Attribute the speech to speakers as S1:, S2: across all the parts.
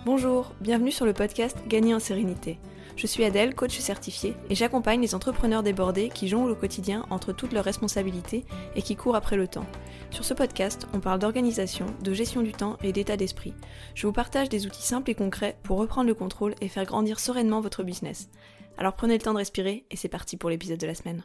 S1: Bonjour, bienvenue sur le podcast Gagner en sérénité. Je suis Adèle, coach certifiée, et j'accompagne les entrepreneurs débordés qui jonglent au quotidien entre toutes leurs responsabilités et qui courent après le temps. Sur ce podcast, on parle d'organisation, de gestion du temps et d'état d'esprit. Je vous partage des outils simples et concrets pour reprendre le contrôle et faire grandir sereinement votre business. Alors prenez le temps de respirer et c'est parti pour l'épisode de la semaine.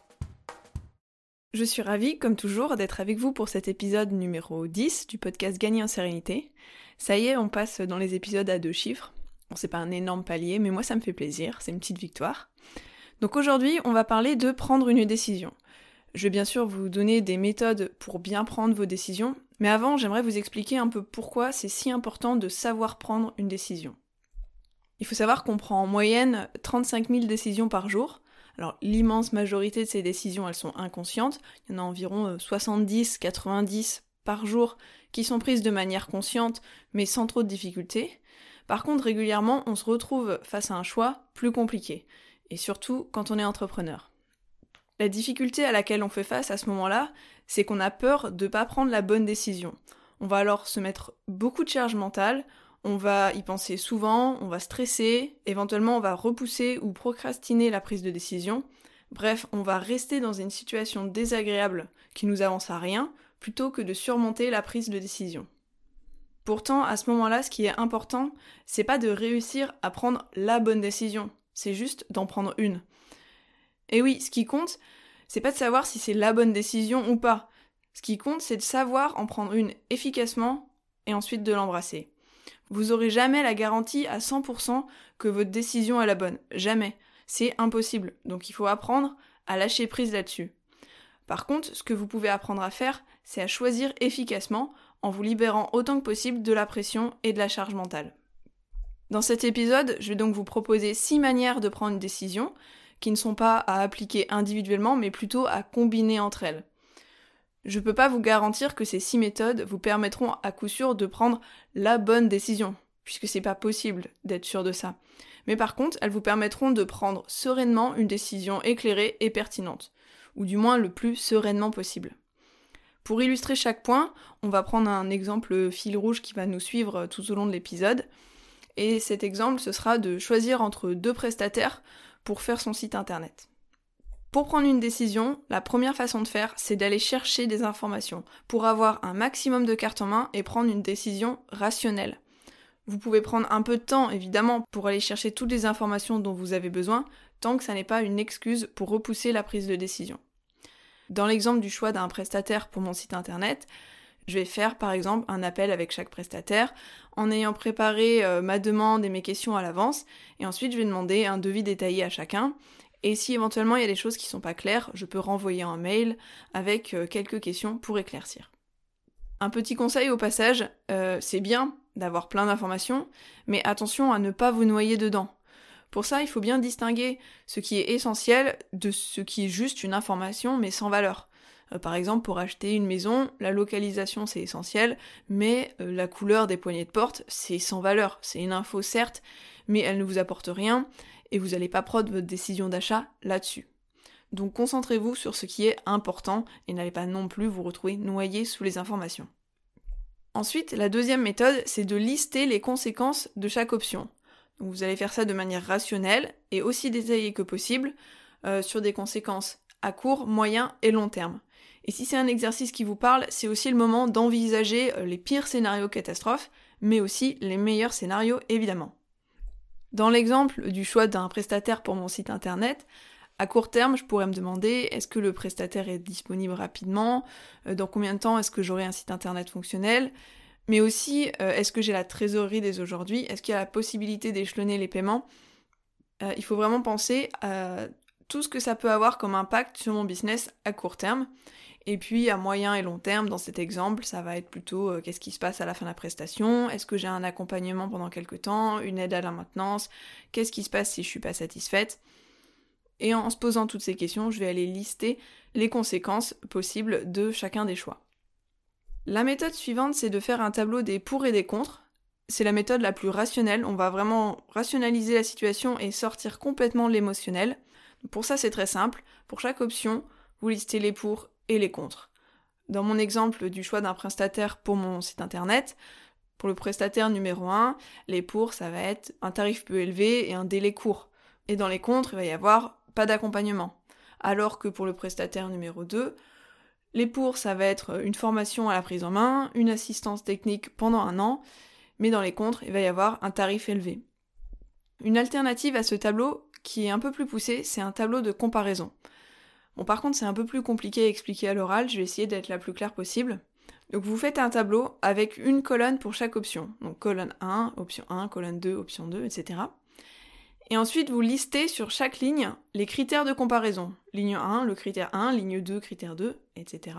S1: Je suis ravie, comme toujours, d'être avec vous pour cet épisode numéro 10 du podcast Gagner en sérénité. Ça y est, on passe dans les épisodes à 2 chiffres. Bon, c'est pas un énorme palier, mais moi ça me fait plaisir, c'est une petite victoire. Donc aujourd'hui, on va parler de prendre une décision. Je vais bien sûr vous donner des méthodes pour bien prendre vos décisions, mais avant, j'aimerais vous expliquer un peu pourquoi c'est si important de savoir prendre une décision. Il faut savoir qu'on prend en moyenne 35 000 décisions par jour. Alors l'immense majorité de ces décisions, elles sont inconscientes. Il y en a environ 70-90 par jour qui sont prises de manière consciente, mais sans trop de difficultés. Par contre, régulièrement, on se retrouve face à un choix plus compliqué, et surtout quand on est entrepreneur. La difficulté à laquelle on fait face à ce moment-là, c'est qu'on a peur de ne pas prendre la bonne décision. On va alors se mettre beaucoup de charge mentale, on va y penser souvent, on va stresser, éventuellement on va repousser ou procrastiner la prise de décision. Bref, on va rester dans une situation désagréable qui nous avance à rien, plutôt que de surmonter la prise de décision. Pourtant, à ce moment-là, ce qui est important, c'est pas de réussir à prendre la bonne décision, c'est juste d'en prendre une. Et oui, ce qui compte, c'est pas de savoir si c'est la bonne décision ou pas. Ce qui compte, c'est de savoir en prendre une efficacement et ensuite de l'embrasser. Vous aurez jamais la garantie à 100% que votre décision est la bonne. Jamais. C'est impossible. Donc il faut apprendre à lâcher prise là-dessus. Par contre, ce que vous pouvez apprendre à faire, c'est à choisir efficacement en vous libérant autant que possible de la pression et de la charge mentale. Dans cet épisode, je vais donc vous proposer 6 manières de prendre une décision qui ne sont pas à appliquer individuellement, mais plutôt à combiner entre elles. Je ne peux pas vous garantir que ces 6 méthodes vous permettront à coup sûr de prendre la bonne décision, puisque c'est pas possible d'être sûr de ça. Mais par contre, elles vous permettront de prendre sereinement une décision éclairée et pertinente, ou du moins le plus sereinement possible. Pour illustrer chaque point, on va prendre un exemple fil rouge qui va nous suivre tout au long de l'épisode, et cet exemple, ce sera de choisir entre 2 prestataires pour faire son site internet. Pour prendre une décision, la première façon de faire, c'est d'aller chercher des informations pour avoir un maximum de cartes en main et prendre une décision rationnelle. Vous pouvez prendre un peu de temps, évidemment, pour aller chercher toutes les informations dont vous avez besoin, tant que ça n'est pas une excuse pour repousser la prise de décision. Dans l'exemple du choix d'un prestataire pour mon site internet, je vais faire par exemple un appel avec chaque prestataire en ayant préparé ma demande et mes questions à l'avance, et ensuite je vais demander un devis détaillé à chacun. Et si éventuellement il y a des choses qui sont pas claires, je peux renvoyer un mail avec quelques questions pour éclaircir. Un petit conseil au passage, c'est bien d'avoir plein d'informations, mais attention à ne pas vous noyer dedans. Pour ça, il faut bien distinguer ce qui est essentiel de ce qui est juste une information mais sans valeur. Par exemple, pour acheter une maison, la localisation c'est essentiel, mais la couleur des poignées de porte c'est sans valeur. C'est une info certes, mais elle ne vous apporte rien, et vous n'allez pas prendre votre décision d'achat là-dessus. Donc concentrez-vous sur ce qui est important et n'allez pas non plus vous retrouver noyé sous les informations. Ensuite, la deuxième méthode, c'est de lister les conséquences de chaque option. Donc vous allez faire ça de manière rationnelle et aussi détaillée que possible sur des conséquences à court, moyen et long terme. Et si c'est un exercice qui vous parle, c'est aussi le moment d'envisager les pires scénarios catastrophes, mais aussi les meilleurs scénarios évidemment. Dans l'exemple du choix d'un prestataire pour mon site internet, à court terme, je pourrais me demander est-ce que le prestataire est disponible rapidement, dans combien de temps est-ce que j'aurai un site internet fonctionnel, mais aussi est-ce que j'ai la trésorerie dès aujourd'hui, est-ce qu'il y a la possibilité d'échelonner les paiements. Il faut vraiment penser à tout ce que ça peut avoir comme impact sur mon business à court terme. Et puis à moyen et long terme, dans cet exemple, ça va être plutôt qu'est-ce qui se passe à la fin de la prestation, est-ce que j'ai un accompagnement pendant quelque temps, une aide à la maintenance, qu'est-ce qui se passe si je suis pas satisfaite. Et en se posant toutes ces questions, je vais aller lister les conséquences possibles de chacun des choix. La méthode suivante, c'est de faire un tableau des pour et des contre. C'est la méthode la plus rationnelle, on va vraiment rationaliser la situation et sortir complètement de l'émotionnel. Pour ça, c'est très simple, pour chaque option, vous listez les pour et les contre. Dans mon exemple du choix d'un prestataire pour mon site internet, Pour le prestataire numéro 1, les pour, ça va être un tarif peu élevé et un délai court. Et dans les contre, il va y avoir pas d'accompagnement. Alors que pour le prestataire numéro 2, les pour, ça va être une formation à la prise en main, une assistance technique pendant 1 an, mais dans les contre, il va y avoir un tarif élevé. Une alternative à ce tableau, qui est un peu plus poussé, c'est un tableau de comparaison. Bon, par contre, c'est un peu plus compliqué à expliquer à l'oral, je vais essayer d'être la plus claire possible. Donc vous faites un tableau avec une colonne pour chaque option. Donc colonne 1, option 1, colonne 2, option 2, etc. Et ensuite, vous listez sur chaque ligne les critères de comparaison. Ligne 1, le critère 1, ligne 2, critère 2, etc.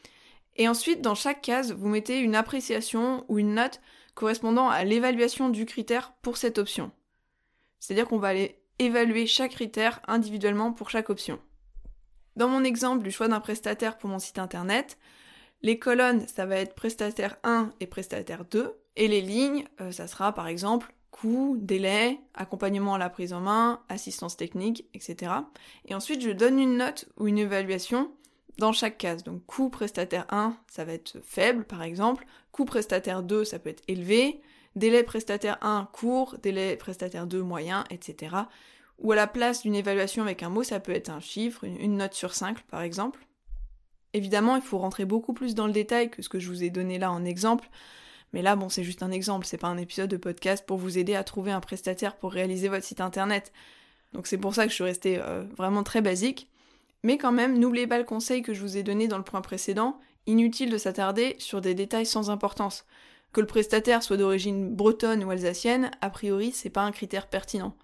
S1: Et ensuite, dans chaque case, vous mettez une appréciation ou une note correspondant à l'évaluation du critère pour cette option. C'est-à-dire qu'on va aller évaluer chaque critère individuellement pour chaque option. Dans mon exemple du choix d'un prestataire pour mon site internet, les colonnes, ça va être prestataire 1 et prestataire 2, et les lignes, ça sera par exemple coût, délai, accompagnement à la prise en main, assistance technique, etc. Et ensuite, je donne une note ou une évaluation dans chaque case. Donc coût prestataire 1, ça va être faible par exemple, coût prestataire 2, ça peut être élevé, délai prestataire 1 court, délai prestataire 2 moyen, etc. Ou à la place d'une évaluation avec un mot, ça peut être un chiffre, une note sur 5 par exemple. Évidemment, il faut rentrer beaucoup plus dans le détail que ce que je vous ai donné là en exemple, mais là, bon, c'est juste un exemple, c'est pas un épisode de podcast pour vous aider à trouver un prestataire pour réaliser votre site internet. Donc c'est pour ça que je suis restée vraiment très basique. Mais quand même, n'oubliez pas le conseil que je vous ai donné dans le point précédent, inutile de s'attarder sur des détails sans importance. Que le prestataire soit d'origine bretonne ou alsacienne, a priori, c'est pas un critère pertinent.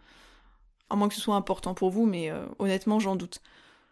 S1: À moins que ce soit important pour vous, mais honnêtement, j'en doute.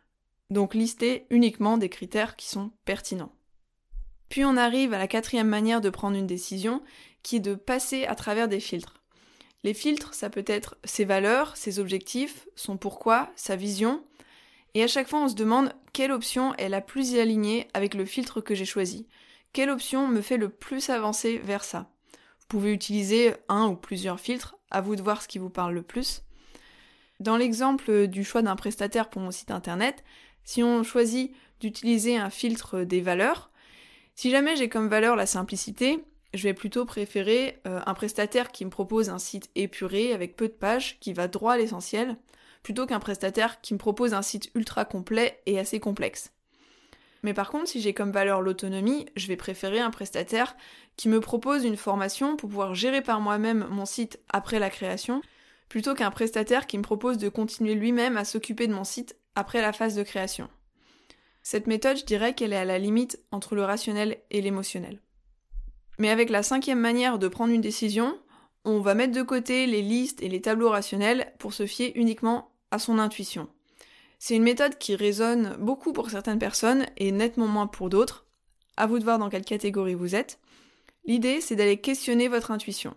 S1: Donc listez uniquement des critères qui sont pertinents. Puis on arrive à la 4e manière de prendre une décision, qui est de passer à travers des filtres. Les filtres, ça peut être ses valeurs, ses objectifs, son pourquoi, sa vision, et à chaque fois on se demande quelle option est la plus alignée avec le filtre que j'ai choisi. Quelle option me fait le plus avancer vers ça? Vous pouvez utiliser un ou plusieurs filtres, à vous de voir ce qui vous parle le plus. Dans l'exemple du choix d'un prestataire pour mon site internet, si on choisit d'utiliser un filtre des valeurs, si jamais j'ai comme valeur la simplicité, je vais plutôt préférer un prestataire qui me propose un site épuré avec peu de pages, qui va droit à l'essentiel, plutôt qu'un prestataire qui me propose un site ultra complet et assez complexe. Mais par contre, si j'ai comme valeur l'autonomie, je vais préférer un prestataire qui me propose une formation pour pouvoir gérer par moi-même mon site après la création, plutôt qu'un prestataire qui me propose de continuer lui-même à s'occuper de mon site après la phase de création. Cette méthode, je dirais qu'elle est à la limite entre le rationnel et l'émotionnel. Mais avec la 5e manière de prendre une décision, on va mettre de côté les listes et les tableaux rationnels pour se fier uniquement à son intuition. C'est une méthode qui résonne beaucoup pour certaines personnes et nettement moins pour d'autres. À vous de voir dans quelle catégorie vous êtes. L'idée, c'est d'aller questionner votre intuition.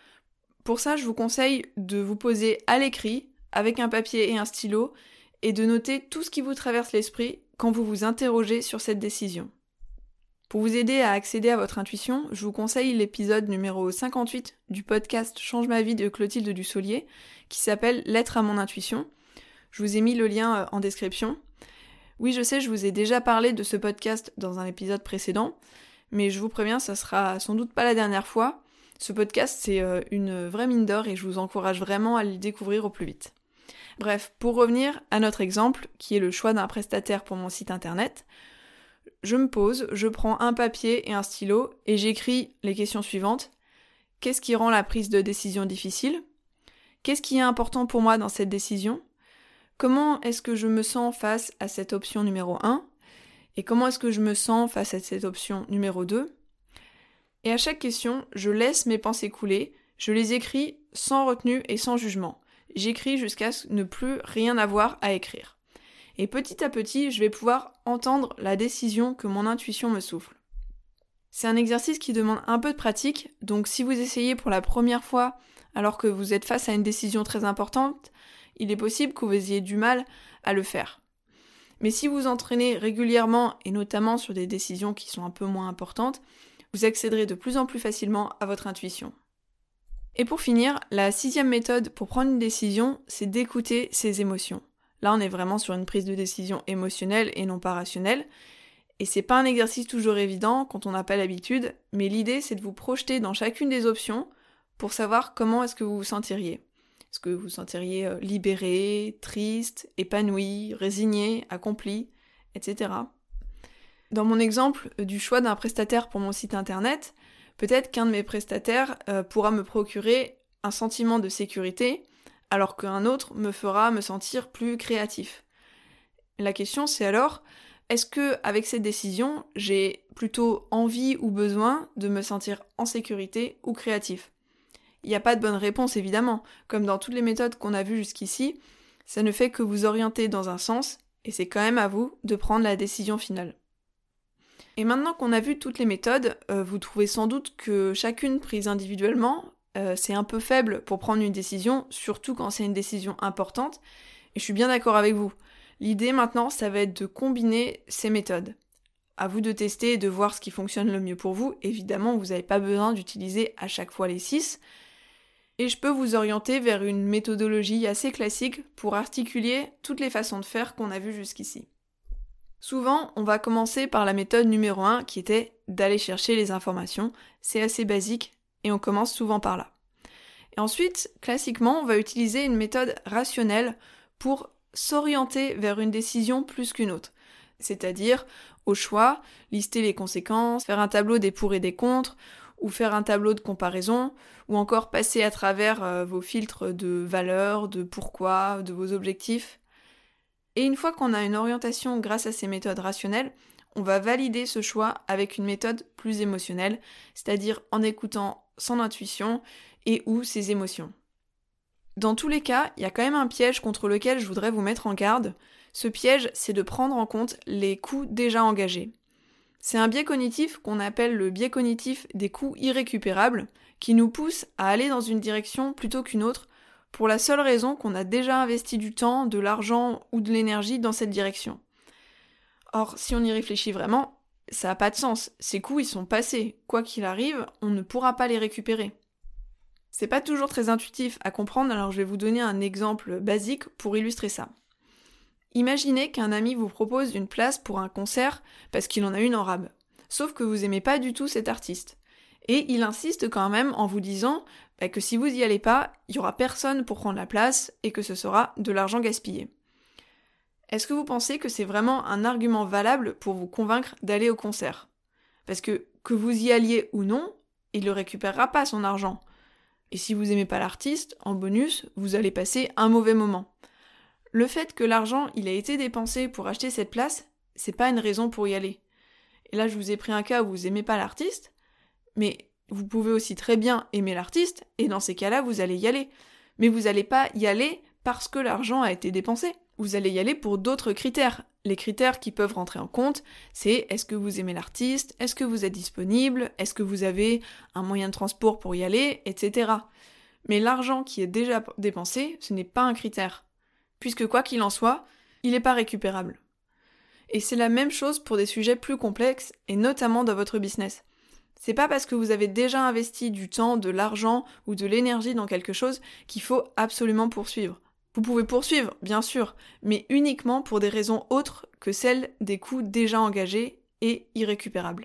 S1: Pour ça, je vous conseille de vous poser à l'écrit, avec un papier et un stylo, et de noter tout ce qui vous traverse l'esprit quand vous vous interrogez sur cette décision. Pour vous aider à accéder à votre intuition, je vous conseille l'épisode numéro 58 du podcast Change ma vie de Clotilde Dussolier, qui s'appelle Lettre à mon intuition. Je vous ai mis le lien en description. Oui, je sais, je vous ai déjà parlé de ce podcast dans un épisode précédent, mais je vous préviens, ça sera sans doute pas la dernière fois. Ce podcast, c'est une vraie mine d'or et je vous encourage vraiment à le découvrir au plus vite. Bref, pour revenir à notre exemple, qui est le choix d'un prestataire pour mon site internet, je me pose, je prends un papier et un stylo et j'écris les questions suivantes. Qu'est-ce qui rend la prise de décision difficile? Qu'est-ce qui est important pour moi dans cette décision? Comment est-ce que je me sens face à cette option numéro 1? Et comment est-ce que je me sens face à cette option numéro 2? Et à chaque question, je laisse mes pensées couler, je les écris sans retenue et sans jugement. J'écris jusqu'à ne plus rien avoir à écrire. Et petit à petit, je vais pouvoir entendre la décision que mon intuition me souffle. C'est un exercice qui demande un peu de pratique, donc si vous essayez pour la première fois alors que vous êtes face à une décision très importante, il est possible que vous ayez du mal à le faire. Mais si vous entraînez régulièrement, et notamment sur des décisions qui sont un peu moins importantes, vous accéderez de plus en plus facilement à votre intuition. Et pour finir, la 6e méthode pour prendre une décision, c'est d'écouter ses émotions. Là, on est vraiment sur une prise de décision émotionnelle et non pas rationnelle. Et c'est pas un exercice toujours évident quand on n'a pas l'habitude, mais l'idée c'est de vous projeter dans chacune des options pour savoir comment est-ce que vous vous sentiriez. Est-ce que vous vous sentiriez libéré, triste, épanoui, résigné, accompli, etc. Dans mon exemple du choix d'un prestataire pour mon site internet, peut-être qu'un de mes prestataires pourra me procurer un sentiment de sécurité, alors qu'un autre me fera me sentir plus créatif. La question c'est alors, est-ce que avec cette décision, j'ai plutôt envie ou besoin de me sentir en sécurité ou créatif ? Il n'y a pas de bonne réponse évidemment, comme dans toutes les méthodes qu'on a vues jusqu'ici, ça ne fait que vous orienter dans un sens, et c'est quand même à vous de prendre la décision finale. Et maintenant qu'on a vu toutes les méthodes, vous trouvez sans doute que chacune prise individuellement, c'est un peu faible pour prendre une décision, surtout quand c'est une décision importante, et je suis bien d'accord avec vous. L'idée maintenant, ça va être de combiner ces méthodes. À vous de tester et de voir ce qui fonctionne le mieux pour vous. Évidemment, vous n'avez pas besoin d'utiliser à chaque fois les 6. Et je peux vous orienter vers une méthodologie assez classique pour articuler toutes les façons de faire qu'on a vues jusqu'ici. Souvent, on va commencer par la méthode numéro 1 qui était d'aller chercher les informations. C'est assez basique et on commence souvent par là. Et ensuite, classiquement, on va utiliser une méthode rationnelle pour s'orienter vers une décision plus qu'une autre. C'est-à-dire, au choix, lister les conséquences, faire un tableau des pour et des contre, ou faire un tableau de comparaison, ou encore passer à travers vos filtres de valeurs, de pourquoi, de vos objectifs. Et une fois qu'on a une orientation grâce à ces méthodes rationnelles, on va valider ce choix avec une méthode plus émotionnelle, c'est-à-dire en écoutant son intuition et ou ses émotions. Dans tous les cas, il y a quand même un piège contre lequel je voudrais vous mettre en garde. Ce piège, c'est de prendre en compte les coûts déjà engagés. C'est un biais cognitif qu'on appelle le biais cognitif des coûts irrécupérables, qui nous pousse à aller dans une direction plutôt qu'une autre, pour la seule raison qu'on a déjà investi du temps, de l'argent ou de l'énergie dans cette direction. Or, si on y réfléchit vraiment, ça n'a pas de sens. Ces coûts, ils sont passés. Quoi qu'il arrive, on ne pourra pas les récupérer. C'est pas toujours très intuitif à comprendre, alors je vais vous donner un exemple basique pour illustrer ça. Imaginez qu'un ami vous propose une place pour un concert parce qu'il en a une en rab. Sauf que vous aimez pas du tout cet artiste. Et il insiste quand même en vous disant que si vous y allez pas, il y aura personne pour prendre la place et que ce sera de l'argent gaspillé. Est-ce que vous pensez que c'est vraiment un argument valable pour vous convaincre d'aller au concert ? Parce que vous y alliez ou non, il ne récupérera pas son argent. Et si vous aimez pas l'artiste, en bonus, vous allez passer un mauvais moment. Le fait que l'argent il a été dépensé pour acheter cette place, c'est pas une raison pour y aller. Et là, je vous ai pris un cas où vous aimez pas l'artiste, mais vous pouvez aussi très bien aimer l'artiste, et dans ces cas-là, vous allez y aller. Mais vous n'allez pas y aller parce que l'argent a été dépensé. Vous allez y aller pour d'autres critères. Les critères qui peuvent rentrer en compte, c'est est-ce que vous aimez l'artiste, est-ce que vous êtes disponible, est-ce que vous avez un moyen de transport pour y aller, etc. Mais l'argent qui est déjà dépensé, ce n'est pas un critère. Puisque quoi qu'il en soit, il n'est pas récupérable. Et c'est la même chose pour des sujets plus complexes, et notamment dans votre business. C'est pas parce que vous avez déjà investi du temps, de l'argent ou de l'énergie dans quelque chose qu'il faut absolument poursuivre. Vous pouvez poursuivre, bien sûr, mais uniquement pour des raisons autres que celles des coûts déjà engagés et irrécupérables.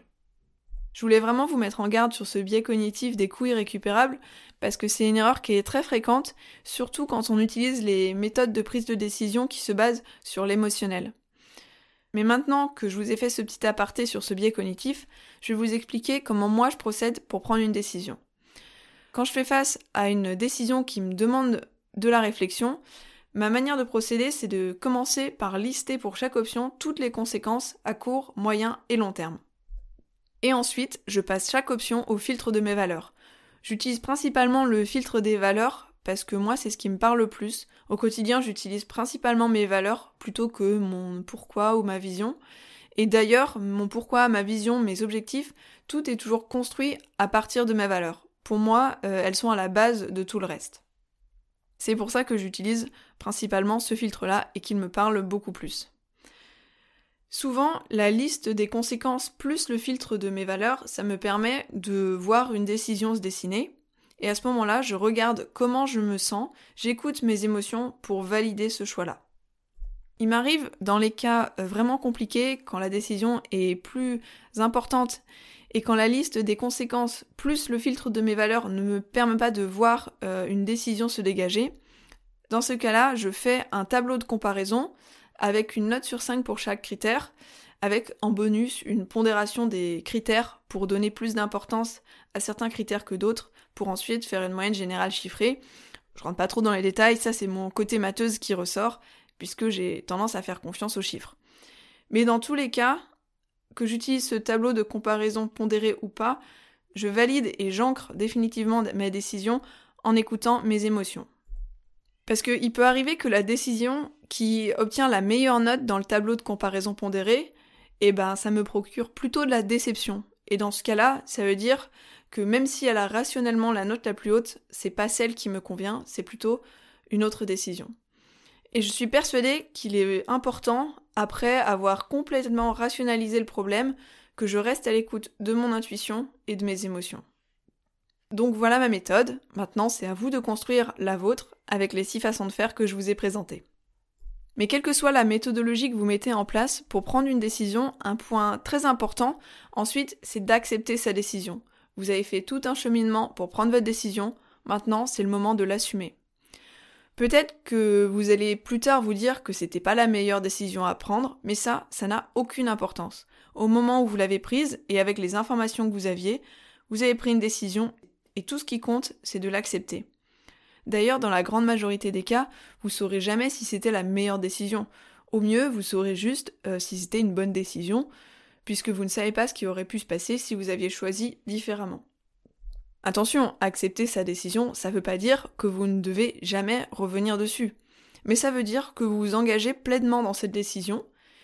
S1: Je voulais vraiment vous mettre en garde sur ce biais cognitif des coûts irrécupérables parce que c'est une erreur qui est très fréquente, surtout quand on utilise les méthodes de prise de décision qui se basent sur l'émotionnel. Mais maintenant que je vous ai fait ce petit aparté sur ce biais cognitif, je vais vous expliquer comment moi je procède pour prendre une décision. Quand je fais face à une décision qui me demande de la réflexion, ma manière de procéder, c'est de commencer par lister pour chaque option toutes les conséquences à court, moyen et long terme. Et ensuite, je passe chaque option au filtre de mes valeurs. J'utilise principalement le filtre des valeurs parce que moi, c'est ce qui me parle le plus. Au quotidien, j'utilise principalement mes valeurs plutôt que mon pourquoi ou ma vision. Et d'ailleurs, mon pourquoi, ma vision, mes objectifs, tout est toujours construit à partir de mes valeurs. Pour moi, elles sont à la base de tout le reste. C'est pour ça que j'utilise principalement ce filtre-là et qu'il me parle beaucoup plus. Souvent, la liste des conséquences plus le filtre de mes valeurs, ça me permet de voir une décision se dessiner. Et à ce moment-là, je regarde comment je me sens, j'écoute mes émotions pour valider ce choix-là. Il m'arrive dans les cas vraiment compliqués, quand la décision est plus importante et quand la liste des conséquences plus le filtre de mes valeurs ne me permet pas de voir une décision se dégager. Dans ce cas-là, je fais un tableau de comparaison avec une note sur 5 pour chaque critère, avec en bonus une pondération des critères pour donner plus d'importance à certains critères que d'autres, pour ensuite faire une moyenne générale chiffrée. Je rentre pas trop dans les détails, ça c'est mon côté matheuse qui ressort, puisque j'ai tendance à faire confiance aux chiffres. Mais dans tous les cas, que j'utilise ce tableau de comparaison pondéré ou pas, je valide et j'ancre définitivement mes décisions en écoutant mes émotions. Parce qu'il peut arriver que la décision qui obtient la meilleure note dans le tableau de comparaison pondéré, ça me procure plutôt de la déception. Et dans ce cas-là, ça veut dire que même si elle a rationnellement la note la plus haute, c'est pas celle qui me convient, c'est plutôt une autre décision. Et je suis persuadée qu'il est important, après avoir complètement rationalisé le problème, que je reste à l'écoute de mon intuition et de mes émotions. Donc voilà ma méthode, maintenant c'est à vous de construire la vôtre avec les 6 façons de faire que je vous ai présentées. Mais quelle que soit la méthodologie que vous mettez en place pour prendre une décision, un point très important, ensuite, c'est d'accepter sa décision. Vous avez fait tout un cheminement pour prendre votre décision, maintenant c'est le moment de l'assumer. Peut-être que vous allez plus tard vous dire que c'était pas la meilleure décision à prendre, mais ça n'a aucune importance. Au moment où vous l'avez prise, et avec les informations que vous avez pris une décision, et tout ce qui compte, c'est de l'accepter. D'ailleurs, dans la grande majorité des cas, vous saurez jamais si c'était la meilleure décision. Au mieux, vous saurez juste si c'était une bonne décision, puisque vous ne savez pas ce qui aurait pu se passer si vous aviez choisi différemment. Attention, accepter sa décision, ça veut pas dire que vous ne devez jamais revenir dessus. Mais ça veut dire que vous vous engagez pleinement dans cette décision,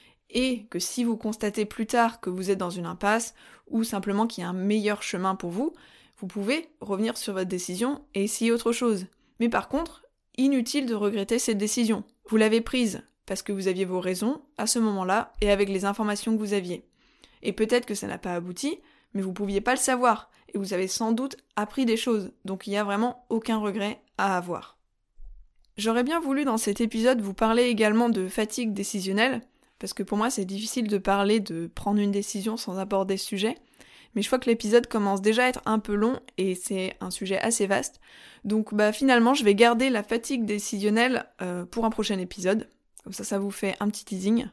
S1: et que si vous constatez plus tard que vous êtes dans une impasse, ou simplement qu'il y a un meilleur chemin pour vous, vous pouvez revenir sur votre décision et essayer autre chose. Mais par contre, inutile de regretter cette décision. Vous l'avez prise parce que vous aviez vos raisons à ce moment-là et avec les informations que vous aviez. Et peut-être que ça n'a pas abouti, mais vous pouviez pas le savoir et vous avez sans doute appris des choses, donc il n'y a vraiment aucun regret à avoir. J'aurais bien voulu dans cet épisode vous parler également de fatigue décisionnelle, parce que pour moi c'est difficile de parler de prendre une décision sans aborder ce sujet, mais je vois que l'épisode commence déjà à être un peu long et c'est un sujet assez vaste. Donc finalement, je vais garder la fatigue décisionnelle pour un prochain épisode. Comme ça vous fait un petit teasing.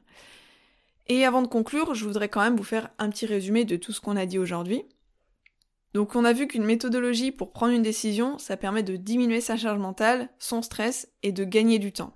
S1: Et avant de conclure, je voudrais quand même vous faire un petit résumé de tout ce qu'on a dit aujourd'hui. Donc on a vu qu'une méthodologie pour prendre une décision, ça permet de diminuer sa charge mentale, son stress et de gagner du temps.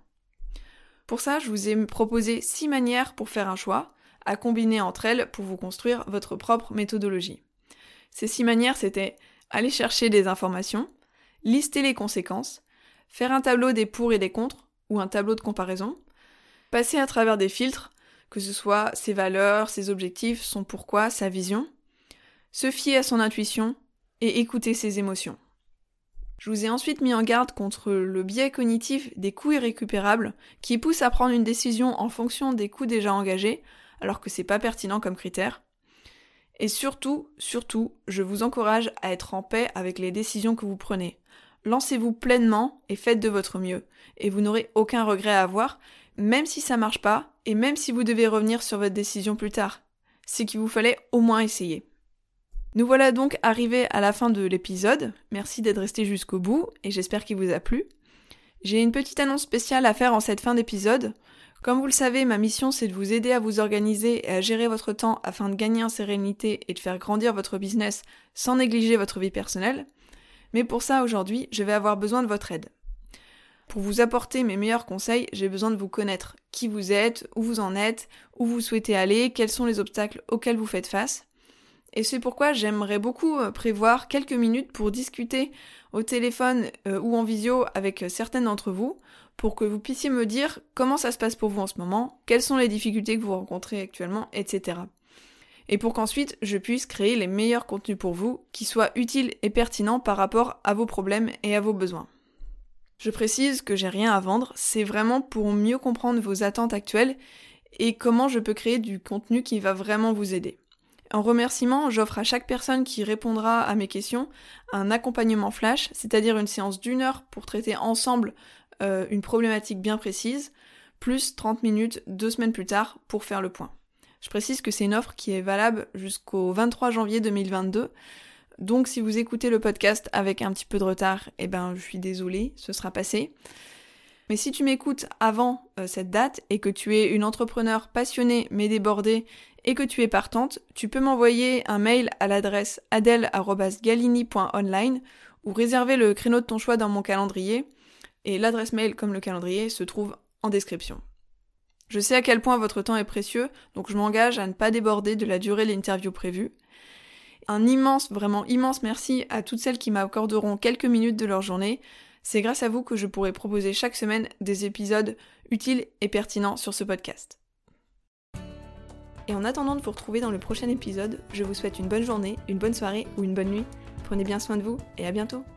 S1: Pour ça, je vous ai proposé 6 manières pour faire un choix, à combiner entre elles pour vous construire votre propre méthodologie. Ces 6 manières, c'était aller chercher des informations, lister les conséquences, faire un tableau des pour et des contre, ou un tableau de comparaison, passer à travers des filtres, que ce soit ses valeurs, ses objectifs, son pourquoi, sa vision, se fier à son intuition et écouter ses émotions. Je vous ai ensuite mis en garde contre le biais cognitif des coûts irrécupérables qui pousse à prendre une décision en fonction des coûts déjà engagés, alors que c'est pas pertinent comme critère. Et surtout, je vous encourage à être en paix avec les décisions que vous prenez. Lancez-vous pleinement et faites de votre mieux. Et vous n'aurez aucun regret à avoir, même si ça marche pas, et même si vous devez revenir sur votre décision plus tard. C'est qu'il vous fallait au moins essayer. Nous voilà donc arrivés à la fin de l'épisode. Merci d'être resté jusqu'au bout, et j'espère qu'il vous a plu. J'ai une petite annonce spéciale à faire en cette fin d'épisode. Comme vous le savez, ma mission c'est de vous aider à vous organiser et à gérer votre temps afin de gagner en sérénité et de faire grandir votre business sans négliger votre vie personnelle. Mais pour ça, aujourd'hui, je vais avoir besoin de votre aide. Pour vous apporter mes meilleurs conseils, j'ai besoin de vous connaître. Qui vous êtes, où vous en êtes, où vous souhaitez aller, quels sont les obstacles auxquels vous faites face. Et c'est pourquoi j'aimerais beaucoup prévoir quelques minutes pour discuter au téléphone ou en visio avec certaines d'entre vous, pour que vous puissiez me dire comment ça se passe pour vous en ce moment, quelles sont les difficultés que vous rencontrez actuellement, etc. Et pour qu'ensuite je puisse créer les meilleurs contenus pour vous, qui soient utiles et pertinents par rapport à vos problèmes et à vos besoins. Je précise que j'ai rien à vendre, c'est vraiment pour mieux comprendre vos attentes actuelles et comment je peux créer du contenu qui va vraiment vous aider. En remerciement, j'offre à chaque personne qui répondra à mes questions un accompagnement flash, c'est-à-dire une séance d'1 heure pour traiter ensemble une problématique bien précise, plus 30 minutes 2 semaines plus tard pour faire le point. Je précise que c'est une offre qui est valable jusqu'au 23 janvier 2022, donc si vous écoutez le podcast avec un petit peu de retard, je suis désolée, ce sera passé. Mais si tu m'écoutes avant cette date et que tu es une entrepreneur passionnée mais débordée et que tu es partante, tu peux m'envoyer un mail à l'adresse adele@galini.online ou réserver le créneau de ton choix dans mon calendrier. Et l'adresse mail comme le calendrier se trouve en description. Je sais à quel point votre temps est précieux, donc je m'engage à ne pas déborder de la durée de l'interview prévue. Un immense, vraiment immense merci à toutes celles qui m'accorderont quelques minutes de leur journée. C'est grâce à vous que je pourrai proposer chaque semaine des épisodes utiles et pertinents sur ce podcast. Et en attendant de vous retrouver dans le prochain épisode, je vous souhaite une bonne journée, une bonne soirée ou une bonne nuit. Prenez bien soin de vous et à bientôt.